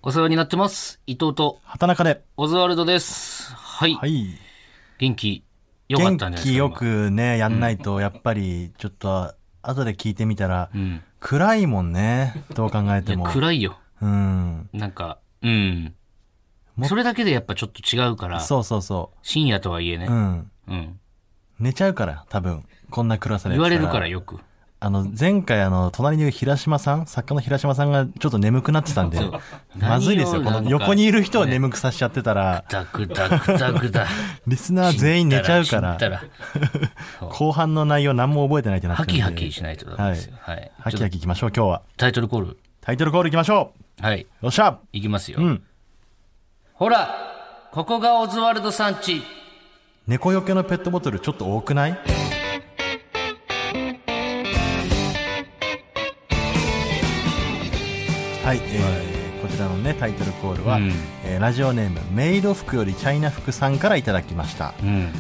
お世話になってます。伊藤と畑中で。 オズワルドです。はい。 はい。 元気良かったんじゃないですか。 元気よくね、やんないと、やっぱり、ちょっと、後で聞いてみたら、暗いもんね。どう考えても。 いや暗いよ。 うん。 なんか、それだけでやっぱちょっと違うから。 そうそうそう。 深夜とはいえね。 寝ちゃうから、多分。こんな暗さで。 言われるからよく。 前回隣にいる平島さん、作家の平島さんがちょっと眠くなってたんで、まずいですよ。この横にいる人を眠くさせちゃってたら、 グダ。 リスナー全員寝ちゃうから、後半の内容何も覚えてないってなってるんで。 ハキハキしないとダメですよ。はい。 ハキハキいきましょう、今日は。 タイトルコールいきましょう。 はい。 よっしゃいきますよ。ほら、ここがオズワルドさんち。 猫よけのペットボトルちょっと多くない？はい、こちらのねタイトルコールは、ラジオネームメイド服よりチャイナ服さんからいただきました。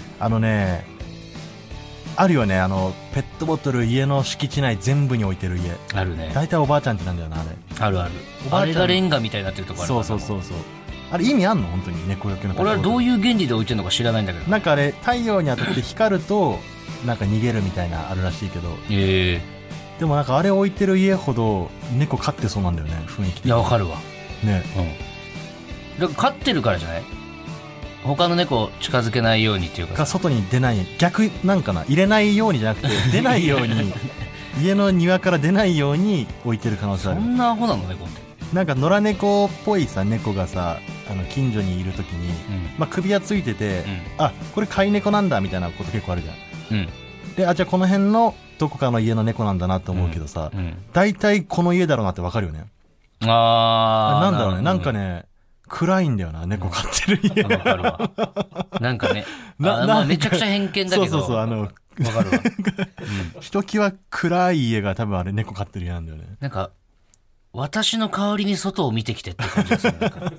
あるよね、ペットボトル家の敷地内全部に置いてる家あるね。 大体おばあちゃんちなんだよな。 あるおばあちゃん、あれがレンガみたいになってるとこあるから。 そうあれ意味あんの？本当に猫よけのペットボトル。 俺はどういう原理で置いてるのか知らないんだけど、 なんかあれ太陽に当たって光るとなんか逃げるみたいなあるらしいけど、でもなんかあれ置いてる家ほど猫飼ってそうなんだよね、雰囲気的に。 いや、わかるわね。 だから飼ってるからじゃない？他の猫近づけないようにっていうか外に出ない、逆なんかな、入れないようにじゃなくて出ないように家の庭から出ないように置いてる可能性ある。 そんなアホなの猫って。 なんか野良猫っぽいさ猫がさ、近所にいるときに、首輪ついてて、あ、これ飼い猫なんだみたいなこと結構あるじゃん。で、じゃあこの辺のどこかの家の猫なんだなと思うけどさ、大体この家だろうなってわかるよね。なんだろうね、なんかね、暗いんだよな、猫飼ってる家。 わかるわ。なんかね、めちゃくちゃ偏見だけど。 そう、わかるわ。ひときわ暗い家が多分あれ猫飼ってる家なんだよね。 なんか、私の代わりに外を見てきてって感じでする。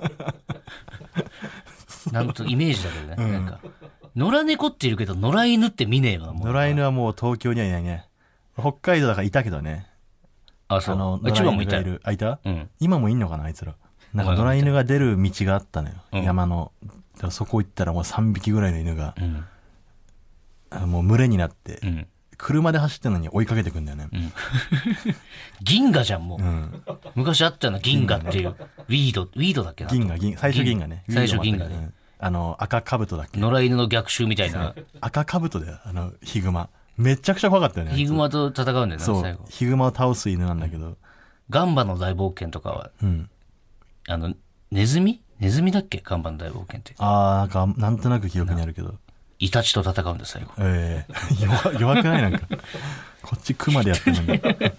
なんとイメージだけどね。なんか、野良猫っているけど、野良犬って見ねえよな、もう。 野良犬はもう東京にはいないね。北海道だからいたけどね。 あ、そう。千葉もいたよ。 いた？今もいんのかな、あいつら。なんか野良犬が出る道があったのよ。山の。だからそこ行ったらもう3匹ぐらいの犬が、もう群れになって、車で走ってるのに追いかけてくんだよね。 銀河じゃん、もう。昔あったよな、銀河っていう。ウィードだっけな。 最初銀河ね。 最初銀河ね。 赤兜だっけ。 野良犬の逆襲みたいな。 赤兜だよ、ヒグマ。めちゃくちゃ怖かったよね。 ヒグマと戦うんだよね、最後。 ヒグマを倒す犬なんだけど。 ガンバの大冒険とかは、ネズミだっけ、ガンバの大冒険って。 なんとなく記憶にあるけど。 イタチと戦うんだ、最後。 弱くない？なんか。こっちクマでやってる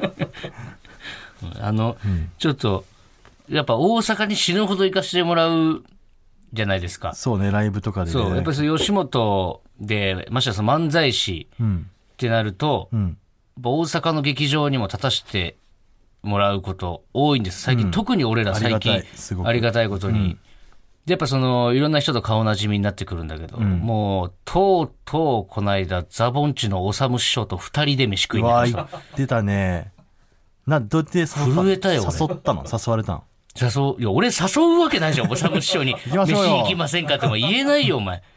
のに。 ちょっと、やっぱ大阪に死ぬほど行かせてもらうじゃないですか。 そうね、ライブとかでね。 そう、やっぱり吉本で、ましてやその漫才師ってなると、やっぱ大阪の劇場にも立たせてもらうこと多いんです。最近、特に俺ら最近、ありがたいことに。で、やっぱいろんな人と顔なじみになってくるんだけど、もう、とうとうこの間、ザボンチのおさむ師匠と2人で飯食いに行きました。 言ってたね。どうやって震えたよ。 誘ったの？誘われたの？ いや、俺誘うわけないじゃん、おさむ師匠に。飯行きませんかっても言えないよ、お前。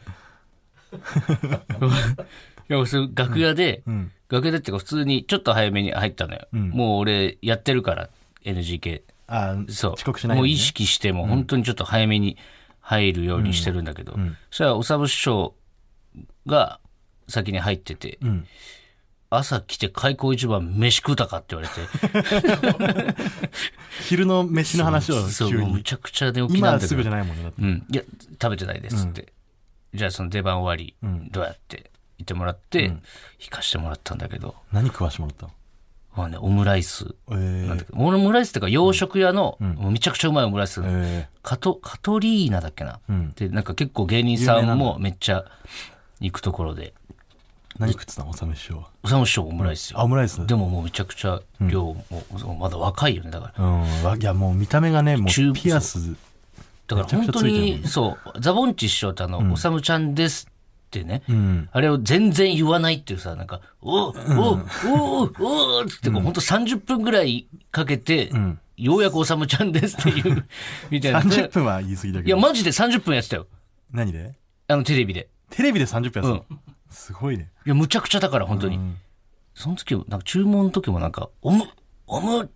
いや、楽屋でっていうか普通にちょっと早めに入ったのよ。もう俺やってるから、NGK。そう。 遅刻しないようにね。 もう意識しても本当にちょっと早めに入るようにしてるんだけど、そしたらおさむ師匠が先に入ってて、朝来て開口一番飯食うたかって言われて昼の飯の話を急に。 そう、もうむちゃくちゃ寝起きなんだけど。 今はすぐじゃないもんね、だって。 いや、食べてないですって。じゃあその出番終わり、どうやって言ってもらって、引かしてもらったんだけど。 何食わしてもらったの？ オムライスなんだけど、オムライスっていうか洋食屋の、もうめちゃくちゃうまいオムライス、カトリーナだっけな、でなんか結構芸人さんもめっちゃ行くところで。 何食ってたの？おさむ師匠は。 おさむ師匠オムライスよ。 オムライス。 でももうめちゃくちゃ量も、まだ若いよね、だから。 いやもう見た目がね、もうピアスだから本当にそうザボンチ師匠っておさむちゃんですってね、あれを全然言わないっていうさ、なんかおってこう本当30分ぐらいかけてようやくおさむちゃんですっていうみたいな。 30分は言い過ぎだけど。 いやマジで30分やってたよ。 何で？ テレビで。 テレビで30分やってたの、すごいね。 いやむちゃくちゃだから本当に。その時もなんか注文の時もなんかオムオムら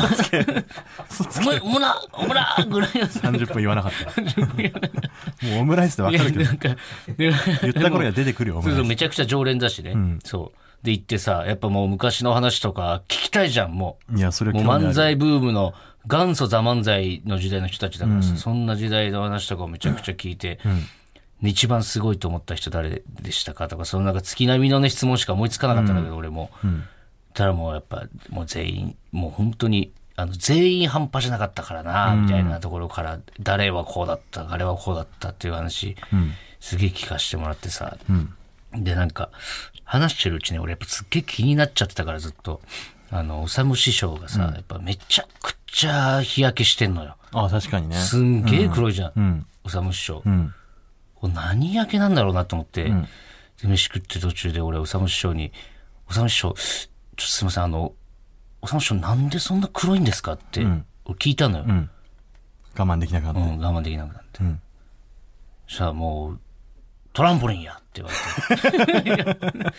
ぐらい 30分言わなかった。もうオムライスで分かるけど。言った頃には出てくるよ、オムライス。 そうめちゃくちゃ常連だしね。そう。で行ってさ、やっぱもう昔の話とか聞きたいじゃん、もう。 いや、それもう漫才ブームの元祖ザ漫才の時代の人たちだからさ、そんな時代の話とかをめちゃくちゃ聞いて、一番すごいと思った人誰でしたかとか、そのなんか月並みのね質問しか思いつかなかったんだけど、俺も。たらもうやっぱ、もう全員、もう本当に、全員半端じゃなかったからな、みたいなところから、誰はこうだった、あれはこうだったっていう話、すげえ聞かせてもらってさ、で、なんか、話してるうちに俺やっぱすっげえ気になっちゃってたからずっと、おさむ師匠がさ、やっぱめちゃくちゃ日焼けしてんのよ。 あ、確かにね。 すんげえ黒いじゃん、おさむ師匠。これ何焼けなんだろうなと思って、で飯食って途中で俺おさむ師匠に、おさむ師匠、ちょっとすいません、おさむ師匠なんでそんな黒いんですかって、俺聞いたのよ。 我慢できなくなって。 我慢できなくなって。そしたらもう、トランポリンやって言われて。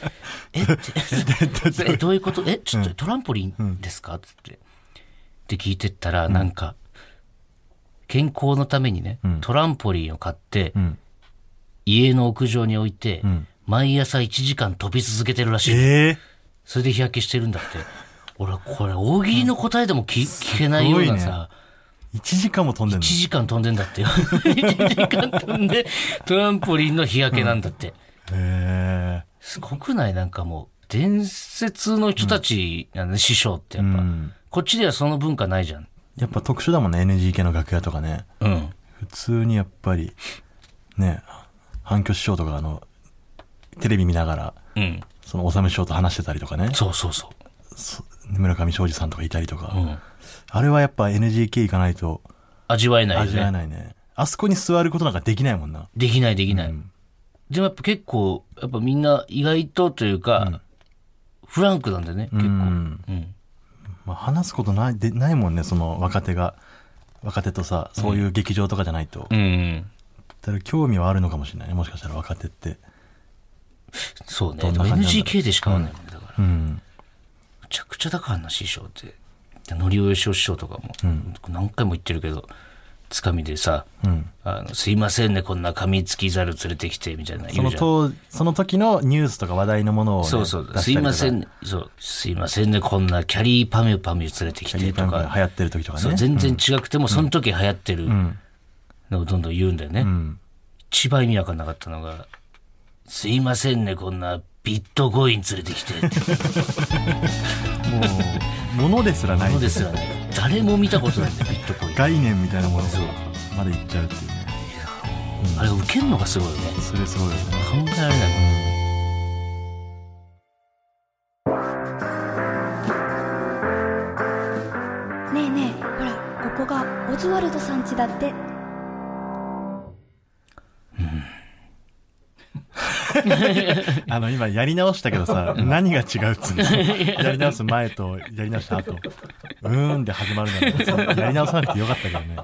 どういうことちょっとトランポリンですかつって。で聞いてったら、なんか、健康のためにね、トランポリンを買って、家の屋上に置いて、毎朝1時間飛び続けてるらしい。それで日焼けしてるんだって。俺、これ、大喜利の答えでも聞けないようなさ、 1時間も飛んでんの？ 1 時間飛んでんだってよ。1時間飛んで、トランポリンの日焼けなんだって。すごくない？なんかもう、伝説の人たちなんで、師匠ってやっぱ、こっちではその文化ないじゃん。 やっぱ特殊だもんね、NGK の楽屋とかね。普通にやっぱり、ね、反響師匠とかテレビ見ながら、そのおさむ師匠と話してたりとかね。 そう。 村上昌司さんとかいたりとか。あれはやっぱ NGK 行かないと味わえないよね。 味わえないね。あそこに座ることなんかできないもんな。 できない。でもやっぱ結構、やっぱみんな意外とというか、フランクなんだよね、結構。 まあ、話すことないもんね、その若手とさ、そういう劇場とかじゃないと。だから興味はあるのかもしれないね、もしかしたら若手って。 そうね。でも NGK でしか会わないもんね、だから。むちゃくちゃだからな、師匠って。のりおよしお師匠とかも、何回も言ってるけど、つかみでさ、すいませんね、こんな噛みつきザル連れてきて、みたいな言うじゃん。 その時のニュースとか話題のものを、ね、 そう、すいませんね、こんなキャリーパミュ連れてきてとか。 流行ってる時とかね。 そう、全然違くても、その時流行ってるのをどんどん言うんだよね。一番意味わかんなかったのが、すいませんね、こんなビットコイン連れてきてって。 もう、物ですらない。 誰も見たことないんだよ、ビットコイン。 概念みたいなものまでいっちゃうっていうね。 あれ、受けるのがすごいよね。 それすごいよね。 考えられない。 ねえねえ、ほら、ここがオズワルドさん家だって。 今やり直したけどさ、何が違うっつうの？やり直す前とやり直した後、で始まるのにやり直さなくてよかったけどね。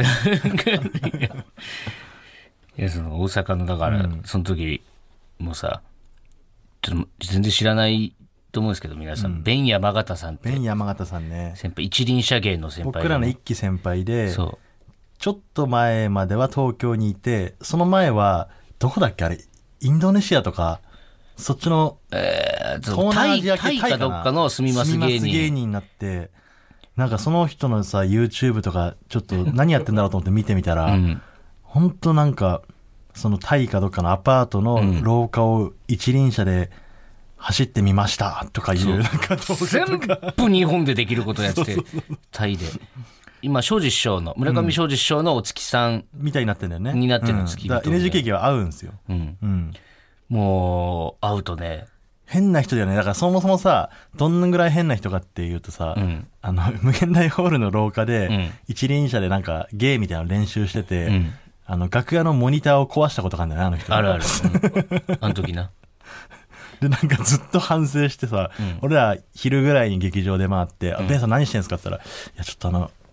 いや、その大阪のだから、その時もさ、ちょっと全然知らないと思うんですけど、皆さん、ベン山形さんって。 ベン山形さんね。 先輩、一輪車芸の先輩。 僕らの一期先輩で、ちょっと前までは東京にいて、その前は、どこだっけあれ、インドネシアとか、そっちの、東南アジア系タイかどっかの住みます芸人になって、なんかその人のさ、YouTube とか、ちょっと何やってんだろうと思って見てみたら、ほんとなんか、そのタイかどっかのアパートの廊下を一輪車で走ってみましたとかいう、なんか全部日本でできることやってて、タイで。今、庄司師匠の、村上庄司師匠のお月さん。 みたいになってんだよね。 になってるの、月人。NGK 劇は合うんですよ。 もう、会うとね。 変な人だよね。だからそもそもさ、どんぐらい変な人かっていうとさ、無限大ホールの廊下で、一輪車でなんか芸みたいなの練習してて、楽屋のモニターを壊したことがあるんだよね、あの人。 ある。あの時な。 で、なんかずっと反省してさ、俺ら昼ぐらいに劇場で回って、ベンさん何してんすかって言ったら、いや、ちょっと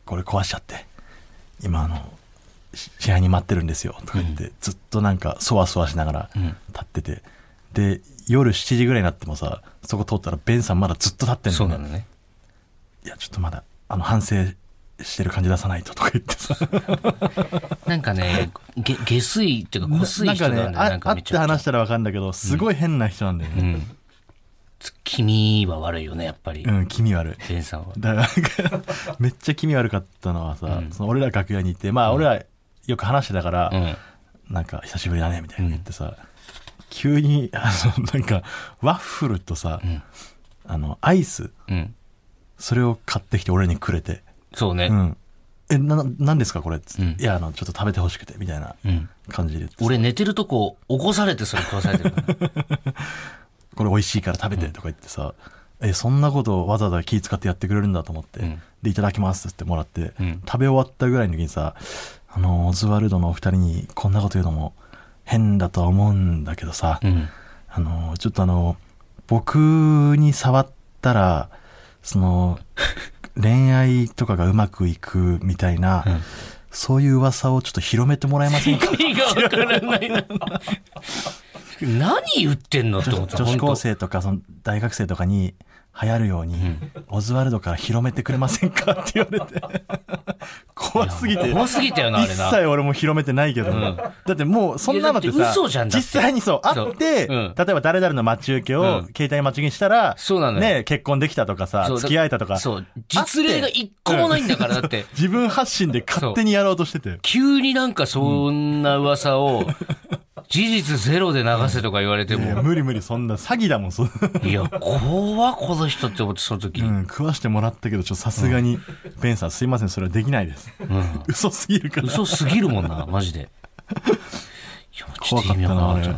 これ壊しちゃって今試合に待ってるんですよとか言って、ずっとなんかそわそわしながら立ってて、で夜7時ぐらいになってもさ、そこ通ったらベンさんまだずっと立ってんのね。 そうなのね。 いやちょっとまだ反省してる感じ出さないととか言ってさなんかね下水っていうか濃水人なんだよね。 なんか会って話したら分かるんだけど、すごい変な人なんだよね。 気味は悪いよねやっぱり。 気味悪い。 ベンさんはだからめっちゃ気味悪かったのはさ、その俺ら楽屋にいて、まあ俺らよく話してたから、なんか久しぶりだねみたいな言ってさ、急になんかワッフルとさ、アイス、それを買ってきて俺にくれて、 そうね、 何ですかこれっつって、いやちょっと食べてほしくてみたいな感じで、 俺寝てるとこ起こされてそれ食わされてるこれ美味しいから食べてとか言ってさ、そんなことわざわざ気使ってやってくれるんだと思って、でいただきますってもらって、食べ終わったぐらいの時にさ、オズワルドのお二人にこんなこと言うのも変だとは思うんだけどさ、ちょっと僕に触ったらその恋愛とかがうまくいくみたいな、そういう噂をちょっと広めてもらえませんか。 意味がわからないな何言ってんのって思って。 女子高生とかその大学生とかに流行るように、オズワルドから広めてくれませんかって言われて怖すぎてよなあれな。 一切俺も広めてないけど、だってもうそんなのってさ、実際にそう会って、例えば誰々の待ち受けを携帯待ち受けにしたら、ね、結婚できたとかさ、付き合えたとか、 そう実例が一個もないんだから。だって自分発信で勝手にやろうとしてて、 急になんかそんな噂を事実ゼロで流せとか言われても、 無理そんな詐欺だもん。 いや怖この人って思って、その時食わしてもらったけどさすがにベンさんすいませんそれはできないです、嘘すぎるから。 嘘すぎるもんなマジで。いや怖かったなあれ。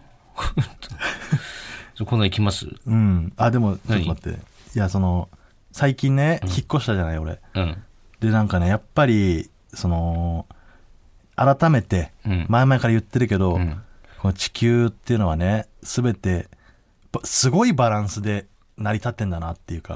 今度行きます。 でもちょっと待って、いや最近ね、引っ越したじゃない俺、でなんかねやっぱり改めて前々から言ってるけど、この地球っていうのはね全てすごいバランスで成り立ってんだなっていうか。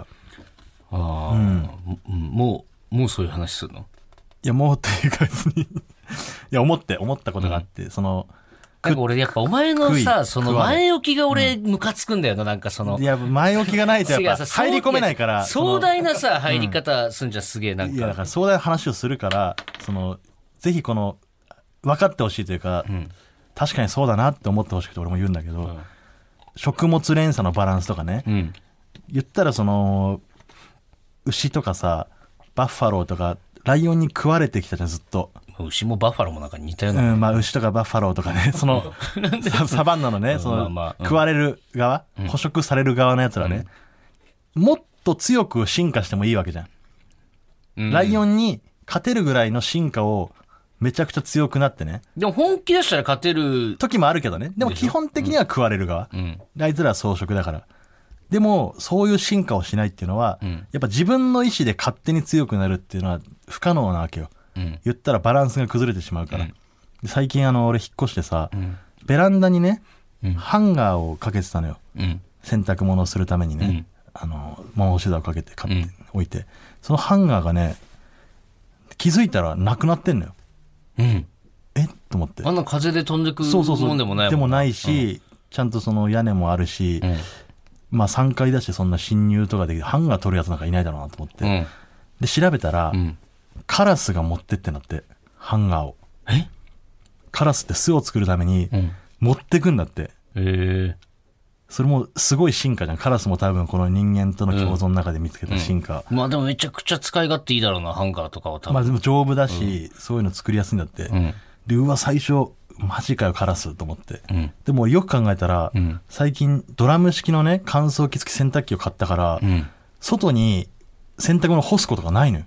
もうそういう話するの？ いやもうっていうか別にいや思ったことがあって、 なんか俺やっぱお前のさその前置きが俺ムカつくんだよな。なんかいや前置きがないとやっぱ入り込めないから、 壮大なさ入り方すんじゃすげえなんか。 いやだから壮大な話をするからぜひ分かってほしいというか、確かにそうだなって思ってほしくて俺も言うんだけど、食物連鎖のバランスとかね、言ったら牛とかさバッファローとかライオンに食われてきたじゃんずっと。 牛もバッファローもなんか似たような、 牛とかバッファローとかねサバンナのね食われる側、捕食される側のやつらね、もっと強く進化してもいいわけじゃん、ライオンに勝てるぐらいの進化をめちゃくちゃ強くなってね。 でも本気出したら勝てる時もあるけどね。でも基本的には食われる側、あいつらは草食だから。でもそういう進化をしないっていうのは、やっぱ自分の意思で勝手に強くなるっていうのは不可能なわけよ、言ったらバランスが崩れてしまうから、最近俺引っ越してさ、ベランダにね、ハンガーをかけてたのよ、洗濯物をするためにね、物干し座をかけて買って置いて、そのハンガーがね気づいたらなくなってんのよ。と思って。 あんな風で飛んでくもんでもないもん。 でもないし、ちゃんと屋根もあるし、まあ3階だしそんな侵入とかでハンガー取るやつなんかいないだろうなと思って、で調べたら、カラスが持ってってなって、ハンガーを。カラスって巣を作るために持ってくんだって。それもすごい進化じゃん。カラスも多分この人間との共存の中で見つけた進化、 まあでもめちゃくちゃ使い勝手いいだろうな、ハンガーとかは多分。 まあでも丈夫だし、そういうの作りやすいんだって、で最初マジかよカラスと思って、でもよく考えたら、最近ドラム式のね乾燥機付き洗濯機を買ったから、外に洗濯物干すことがないのよ、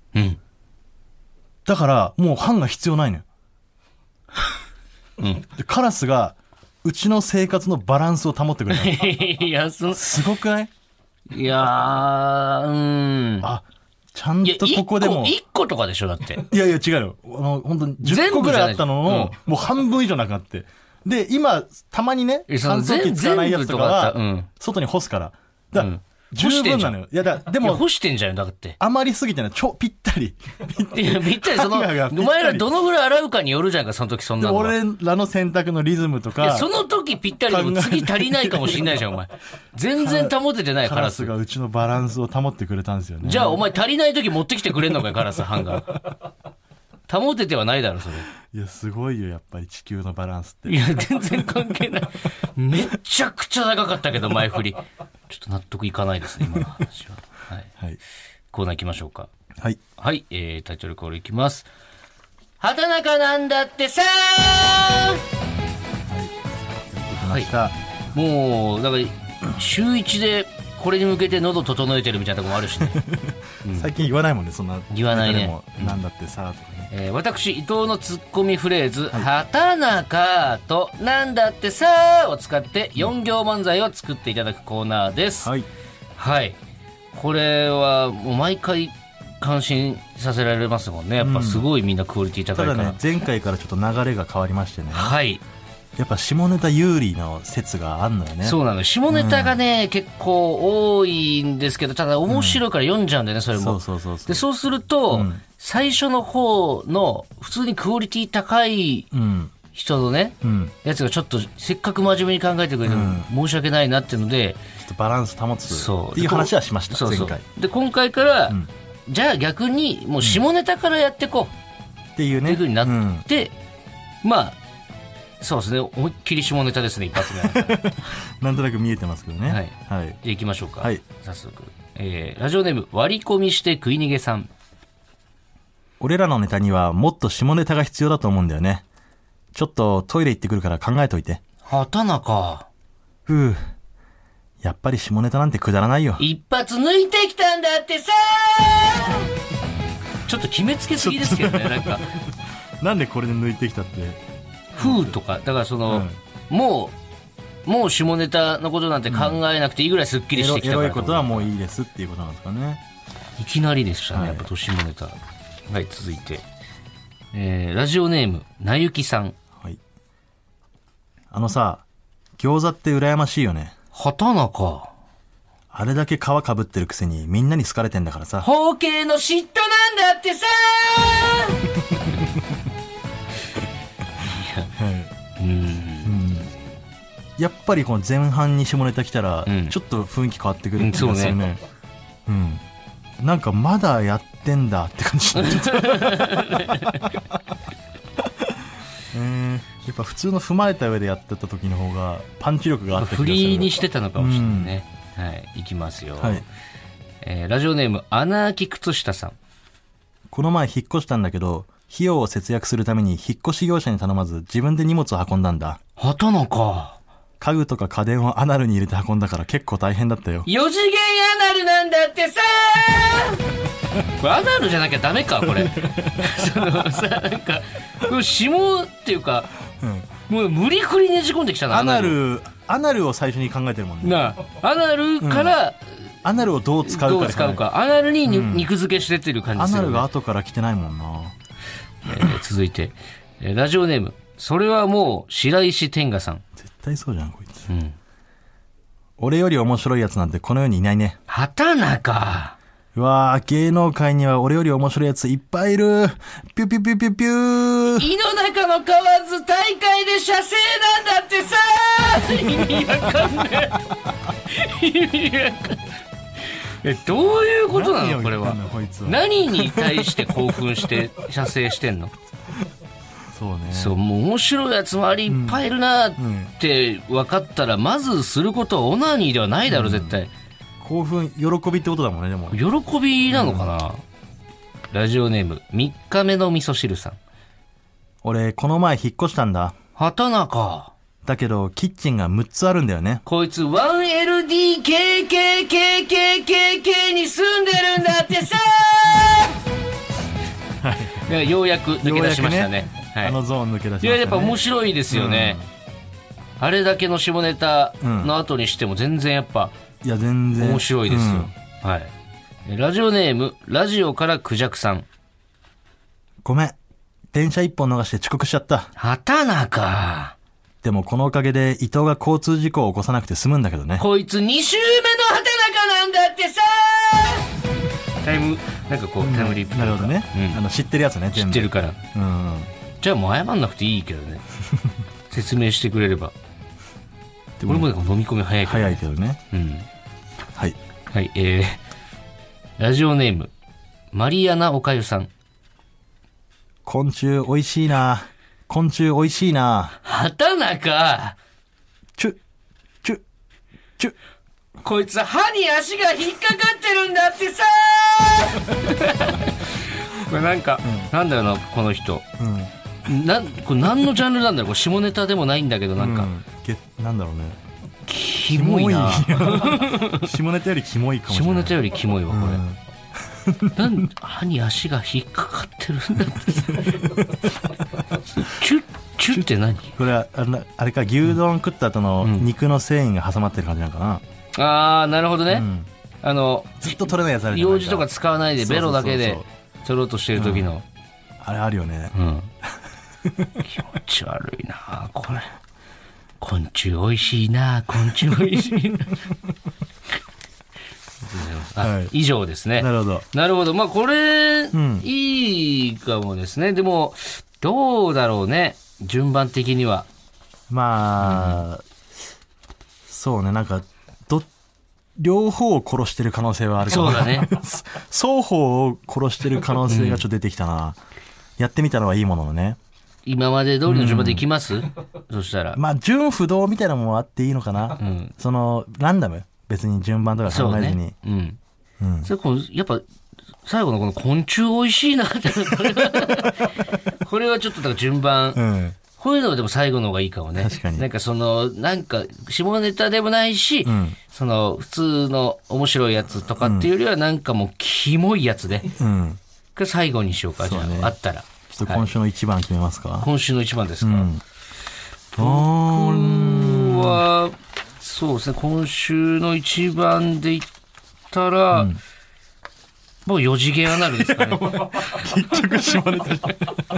だからもうハンガー必要ないのよ、でカラスがうちの生活のバランスを保ってくれたいやすごくない？ いやあ、ちゃんとここでも 1個とかでしょだって。 いやいや違うよ、本当に10個ぐらいあったのの、もう半分以上なくなって、で今たまにね乾燥機使わないやつとかは外に干すから、 十分なのよ。いやでも、 干してんじゃん、だって。 余りすぎてない。ぴったり。 いや、ぴったり、お前らどのぐらい洗うかによるじゃんか、その時そんなの。 俺らの洗濯のリズムとか。いや、 その時ぴったりでも次足りないかもしんないじゃん、お前。全然保ててない、カラス。 カラスがうちのバランスを保ってくれたんですよね。 じゃあ、お前足りない時持ってきてくれんのかよ、カラス、ハンガー。保ててはないだろ、それ。 いや、すごいよ、やっぱり地球のバランスって。 いや、全然関係ない。めちゃくちゃ長かったけど、前振り。ちょっと納得いかないですね、今の話は。はい。はい、コーナー行きましょうか。 はい。 はい、タイトルコールいきます。畑中なんだってさー。 はい。 はい。もう、だから、週1でこれに向けて喉整えてるみたいなとこもあるしね。 うん、最近言わないもんね、そんな。 言わないね。 なんだってさーとかね。 私、伊藤のツッコミフレーズ、はい、畑中となんだってさーを使って4行漫才を作っていただくコーナーです。はい。はい。これはもう毎回感心させられますもんね。やっぱすごいみんなクオリティ高いから。 ただね、前回からちょっと流れが変わりましてね。 はい。 やっぱ下ネタ有利の説があんのよね。 そうなの。下ネタがね、結構多いんですけど、ただ面白いから読んじゃうんだよね、それも。そう。で、そうすると、最初の方の普通にクオリティ高い人のね、やつがちょっとせっかく真面目に考えてくれても申し訳ないなっていうので、 ちょっとバランス保つっていう話はしました、前回。 で、今回から、じゃあ逆にもう下ネタからやってこうっていうね、っていう風になって、まあ、そうですね。思いっきり下ネタですね、一発目。 なんとなく見えてますけどね。はい。 はい。じゃあ行きましょうか。 はい。 早速。ラジオネーム、割り込みして食い逃げさん。 俺らのネタにはもっと下ネタが必要だと思うんだよね。ちょっとトイレ行ってくるから考えといて。 畑中。 やっぱり下ネタなんてくだらないよ。 一発抜いてきたんだってさー。ちょっと決めつけすぎですけどね、なんか。 なんでこれで抜いてきたって。 とか、だからその、もう下ネタのことなんて考えなくていいぐらいスッキリしてきたから、 エロいことはもういいですっていうことなんですかね。 いきなりでしたね、やっぱ下ネタ。はい、続いて。ラジオネーム、なゆきさん。はい。 さ、餃子って羨ましいよね。 畑中。 あれだけ皮かぶってるくせにみんなに好かれてんだからさ。 包茎の嫉妬なんだってさやっぱりこの前半に下ネタ来たらちょっと雰囲気変わってくるんですよね。なんかまだやってんだって感じになっちゃったやっぱ普通の踏まえた上でやってた時の方がパンチ力があった気がする。 フリーにしてたのかもしれないね。はい、いきますよ。はい。ラジオネーム穴あき靴下さん。 この前引っ越したんだけど、費用を節約するために引っ越し業者に頼まず自分で荷物を運んだんだ。 畑中。 家具とか家電をアナルに入れて運んだから結構大変だったよ。 4次元アナルなんだってさーこれアナルじゃなきゃダメかこれそのさ、なんか下っていうか、もう無理くりねじ込んできたな。 アナルを最初に考えてるもんね。 なあ、アナルから、 アナルをどう使うか。アナルに肉付けしてってる感じですよね。 アナルが後から来てないもんな。 続いて、ラジオネーム、それはもう白石天賀さん。 絶対そうじゃんこいつ。俺より面白いやつなんてこの世にいないね。 畑中。 うわー、芸能界には俺より面白いやついっぱいいる。ピュピュピュピュピュー。 胃の中の蛙大会で射精なんだってさー。意味わかんねえ。意味わかんねえ。どういうことなのこれは。何に対して興奮して射精してんの？ そうね。 そう、もう面白いやつ周りいっぱいいるなって分かったら、まずすることはオナニーではないだろ、絶対。 興奮、喜びってことだもんね、でも。 喜びなのかな。ラジオネーム、3日目の味噌汁さん。 俺、この前引っ越したんだ。 畑中。 だけど、キッチンが6つあるんだよね。 こいつ 1LDKKKKK に住んでるんだってさーようやく抜け出しましたね。はい、 あのゾーン抜け出しましたね。 いや、やっぱ面白いですよね。あれだけの下ネタの後にしても全然やっぱ、 いや全然面白いですよ。はい。ラジオネーム、ラジオからクジャクさん。 ごめん。電車1本逃して遅刻しちゃった。 畑中。でもこのおかげで伊藤が交通事故を起こさなくて済むんだけどね。 こいつ2週目の畑中なんだってさタイムなんかこうタイムリープ、 なるほどね、知ってるやつね、 知ってるから、じゃあもう謝んなくていいけどね説明してくれれば。俺も飲み込み早いけどね。はいはい、ラジオネームマリアナおかゆさん。 昆虫美味しいな。昆虫美味しいな。 畑中チュこいつ歯に足が引っかかってるんだってさこれなんか、なんだろうなこの人、これ何のジャンルなんだろう。これ下ネタでもないんだけどなんか、 なんだろうね、 キモいな下ネタよりキモいかもしれない。 下ネタよりキモいわこれ、歯に足が引っかかってるんだってチュって何これはあれか、牛丼食った後の肉の繊維が挟まってる感じなのかな。 なるほどね、 ずっと取れないやつあるじゃないか。用事とか使わないでベロだけで取ろうとしてる時の、 あれあるよね、 気持ち悪いなこれ。昆虫おいしいな、昆虫おいしいな以上ですね。 なるほどなるほど。まあこれ、いいかもですね。でもどうだろうね、順番的には。 まあ、そうね、なんか両方を殺してる可能性はあるかも。 そうだね双方を殺してる可能性がちょっと出てきたな、やってみたのはいいもののね。 今まで通りの順番でいきます、そしたらまあ順不動みたいなものもあっていいのかな、そのランダム、別に順番とか考えずに。 それやっぱ最後のこの昆虫おいしいなってこれはちょっとだから順番、こういうのはでも最後の方がいいかもね。 確かに。 なんかなんか下ネタでもないし、普通の面白いやつとかっていうよりはなんかもうキモいやつで、これ最後にしようか。じゃあ、あったらちょっと今週の一番決めますか。 今週の一番ですか。僕はそうですね、今週の一番で言ったら、もう4次元アナルですかね。 結局下ネタじゃん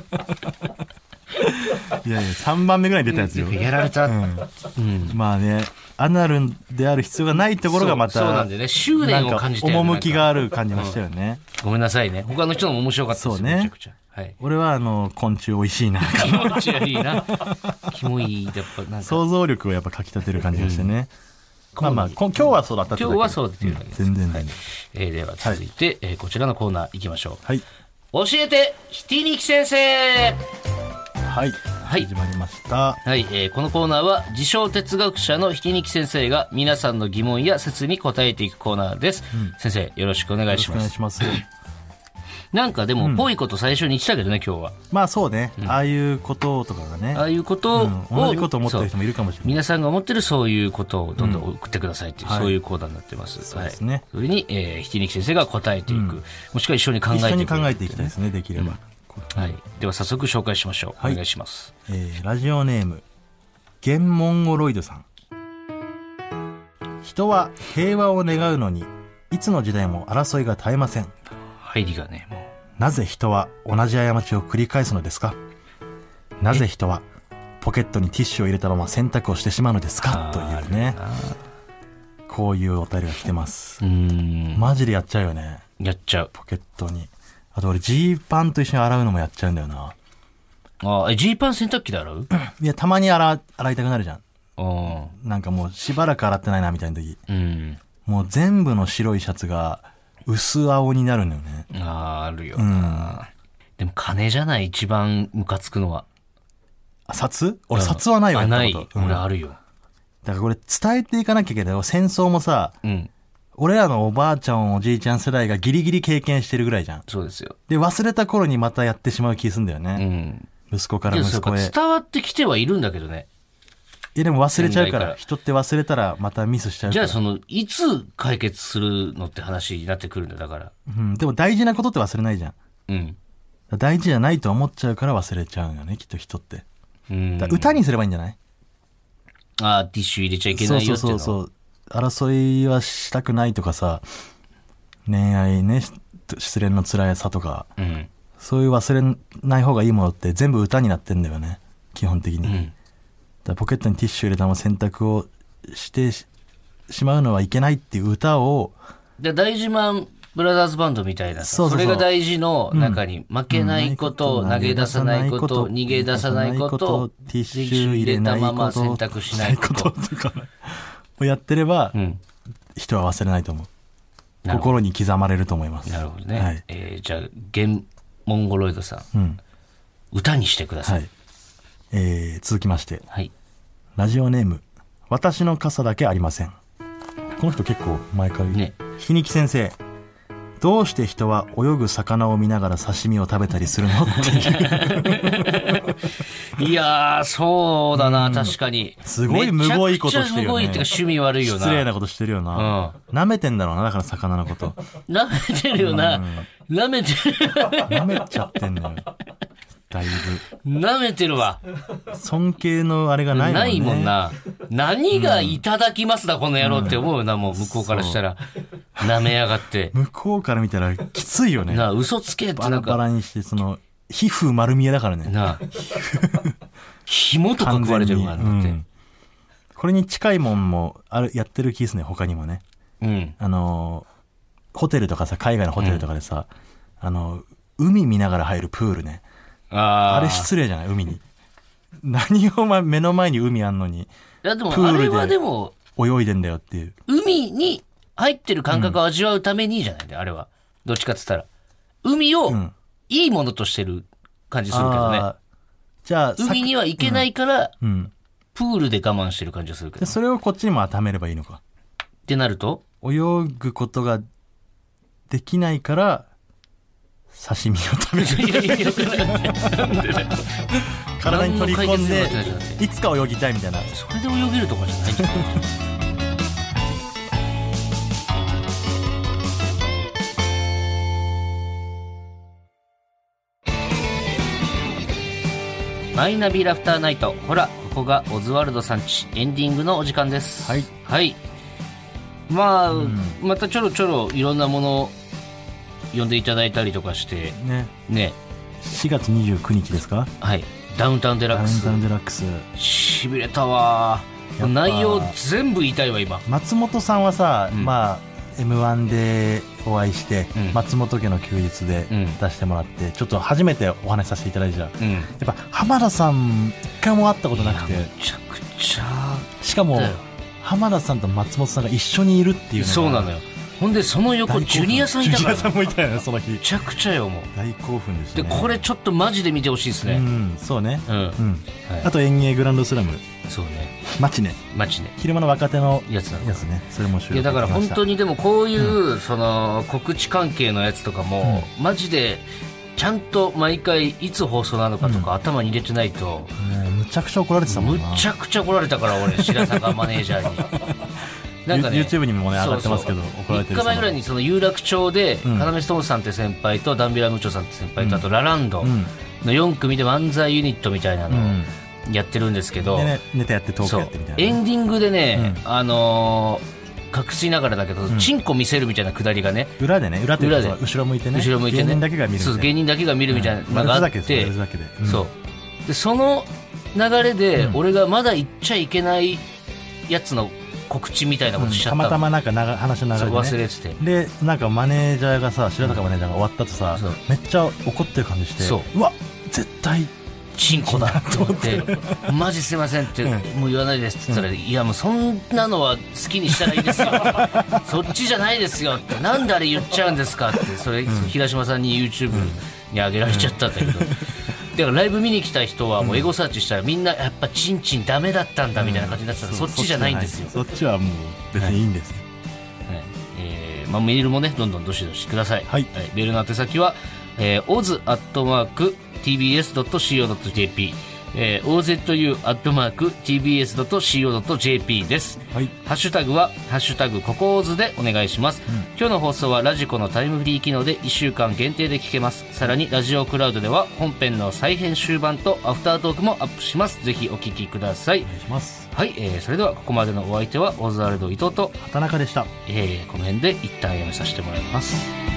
いやいや、3番目ぐらいに出たやつよ。 やられた、 まあね、アナルである必要がないところがまたそうなんでね、執念を感じてる、 趣がある感じがしたよね。 ごめんなさいね、他の人のも面白かったですよ。 そうね、 めちゃくちゃ、 俺は昆虫おいしいな、 気持ち悪いな、キモい、やっぱなんか想像力をやっぱかき立てる感じがしてね、まあまあ今日はそうだったってだけ。 今日はそうっていうだけです、 全然、 では続いて、こちらのコーナーいきましょう。 はい、 教えてひてにき先生。 はい、始まりました。 はい、このコーナーは自称哲学者のひてにき先生が皆さんの疑問や説に答えていくコーナーです。先生よろしくお願いします。 よろしくお願いします。 なんかでもぽいこと最初に言ってたけどね、今日は。 まあそうね、ああいうこととかがね、 ああいうことを、 同じことを思ってる人もいるかもしれない。 皆さんが思ってるそういうことをどんどん送ってくださいっていう、そういうコーナーになってます。 そうですね。 それに、ひてにき先生が答えていく、もしくは一緒に考えていく、 一緒に考えていきたいですね、できれば。 はい、では早速紹介しましょう。お願いします。 ラジオネームゲンモンゴロイドさん。人は平和を願うのにいつの時代も争いが絶えません。 入りがね、もうなぜ人は同じ過ちを繰り返すのですか。なぜ人はポケットにティッシュを入れたまま洗濯をしてしまうのですか、というね、こういうお便りが来てます。マジでやっちゃうよね。 やっちゃう。 ポケットに。あと俺ジーパンと一緒に洗うのもやっちゃうんだよな。 ジーパン洗濯機で洗う？ いや、たまに洗いたくなるじゃん。なんかもうしばらく洗ってないなみたいな時、もう全部の白いシャツが薄青になるんだよね。 あるよな、でも金じゃない、一番ムカつくのは。 札？俺札はないわ。 ない。俺あるよ。 だからこれ伝えていかなきゃいけない。戦争もさ、俺らのおばあちゃんおじいちゃん世代がギリギリ経験してるぐらいじゃん。 そうですよ。 で忘れた頃にまたやってしまう気するんだよね、息子から息子へ。 伝わってきてはいるんだけどね。 いやでも忘れちゃうから、人って忘れたらまたミスしちゃうから。 じゃあいつ解決するのって話になってくるんだよ、だから。 でも大事なことって忘れないじゃん。大事じゃないと思っちゃうから忘れちゃうよね、きっと人って。歌にすればいいんじゃない？ ティッシュ入れちゃいけないよっていうの。 そう争いはしたくないとかさ、恋愛ね、失恋の辛さとか、そういう忘れない方がいいものって全部歌になってんだよね、基本的に。だからポケットにティッシュ入れたまま洗濯をしてしまうのはいけないっていう歌を、 で大事マンブラザーズバンドみたいなさ、それが大事の中に、負けないこと、投げ出さないこと、逃げ出さないこと、 ティッシュ入れないこと、 まま選択しないこととかをやってれば、人は忘れないと思う。心に刻まれると思います。 なるほどね。 はい、 じゃあ、モンゴロイドさん、歌にしてください。 はい、続きまして、 はい、 ラジオネーム、私の傘だけありません。この人結構毎回、 ね、 ひにき先生、どうして人は泳ぐ魚を見ながら刺身を食べたりするのっていういやー、そうだな、確かに。 すごいむごいことしてるよね。 めちゃくちゃむごいっていうか趣味悪いよな。 失礼なことしてるよな。舐めてんだろうな、だから魚のこと。 舐めてるよな。舐めてる。 舐めちゃってんのよ。だいぶ。 舐めてるわ。 尊敬のあれがないもんね。 ないもんな。何がいただきますだ、この野郎って思うよな、もう向こうからしたら。舐めやがって。 向こうから見たらきついよね。 な、嘘つけってなんか。 バラバラにして、皮膚丸見えだからね。 なあ。紐とか食われてるからって、 これに近いもんもやってる気ですね、他にもね。ホテルとかさ、海外のホテルとかでさ、海見ながら入るプールね。あれ失礼じゃない、海に。何を目の前に海あんのに。 いやでもあれはでも泳いでんだよっていう。 海に入ってる感覚を味わうためにじゃないんだよ、あれは。どっちかって言ったら。海をいいものとしてる感じするけどね。 じゃあ海には行けないから、プールで我慢してる感じがするけど。 それをこっちにも当てはめればいいのか。 ってなると泳ぐことができないから、刺身を食べる。体に取り込んでいつか泳ぎたいみたいな。 それで泳げるとかじゃないんじゃないマイナビラフターナイト。ほらここがオズワルドさんち。エンディングのお時間です。 はい、 はい、まあ、またちょろちょろいろんなものを呼んでいただいたりとかしてね。 4月29日ですか。 はい、ダウンタウンデラックス。 ダウンタウンデラックスしびれたわ。内容全部言いたいわ今。 松本さんはさ、まあ M1 でお会いして、松本家の休日で出してもらって、ちょっと初めてお話しさせていただいた、やっぱ浜田さん一回も会ったことなくて、 めちゃくちゃしかも浜田さんと松本さんが一緒にいるっていうのが。 そうなのよ。ほんでその横ジュニアさんいたから、 ジュニアさんもいたよね、その日。 めちゃくちゃよ、もう大興奮でしたね。 でこれちょっとマジで見てほしいですね。 そうね。あと演芸グランドスラム。 そうね。 マチネ。昼間の若手のやつね。それも収録。 いやだから本当にでもこういうその告知関係のやつとかもマジでちゃんと毎回いつ放送なのかとか頭に入れてないと。 むちゃくちゃ怒られてたもんな。 むちゃくちゃ怒られたから俺、白坂マネージャーに。 なんかね、YouTube にもね上がってますけど、怒られてる。 3日前ぐらいにその有楽町で要ストーンさんって先輩とダンビラムチョさんって先輩とあとラランドの4組で漫才ユニットみたいなのをやってるんですけど、 ネタやってトークやってみたいな。 エンディングでね、隠しながらだけどチンコ見せるみたいなくだりがね、 裏で後ろ向いてね、芸人だけが見る、 そう芸人だけが見るみたいなのがあって、そうでその流れで俺がまだ言っちゃいけないやつの告知みたいなことしちゃったの。 たまたまなんか話の流れで、ね、 忘れてて、 でなんかマネージャーがさ、白坂マネージャーが終わったとさ、めっちゃ怒ってる感じして、うわ絶対チンコだと思ってマジすいませんって、もう言わないですって言ったら、いやもうそんなのは好きにしたらいいですよそっちじゃないですよって、なんであれ言っちゃうんですかって、それ、平島さんに YouTube に上げられちゃったんだけど、だからライブ見に来た人はもうエゴサーチしたらみんなやっぱチンチンダメだったんだみたいな感じになってたら、そっちじゃないんですよ。 そっちはもう別にいいんですよ。 まあ、メールもねどんどんどしどしください。 はい、 メールの宛先はoz@tbs.co.jp ozu@tbs.co.jp です、 はい、 ハッシュタグはハッシュタグココオズでお願いします、今日の放送はラジコのタイムフリー機能で1週間限定で聞けます。さらにラジオクラウドでは本編の再編集版とアフタートークもアップします。ぜひお聞きください。 お願いします。 はい、それではここまでのお相手はオズワルド伊藤と畑中でした。 この辺で一旦やめさせてもらいます。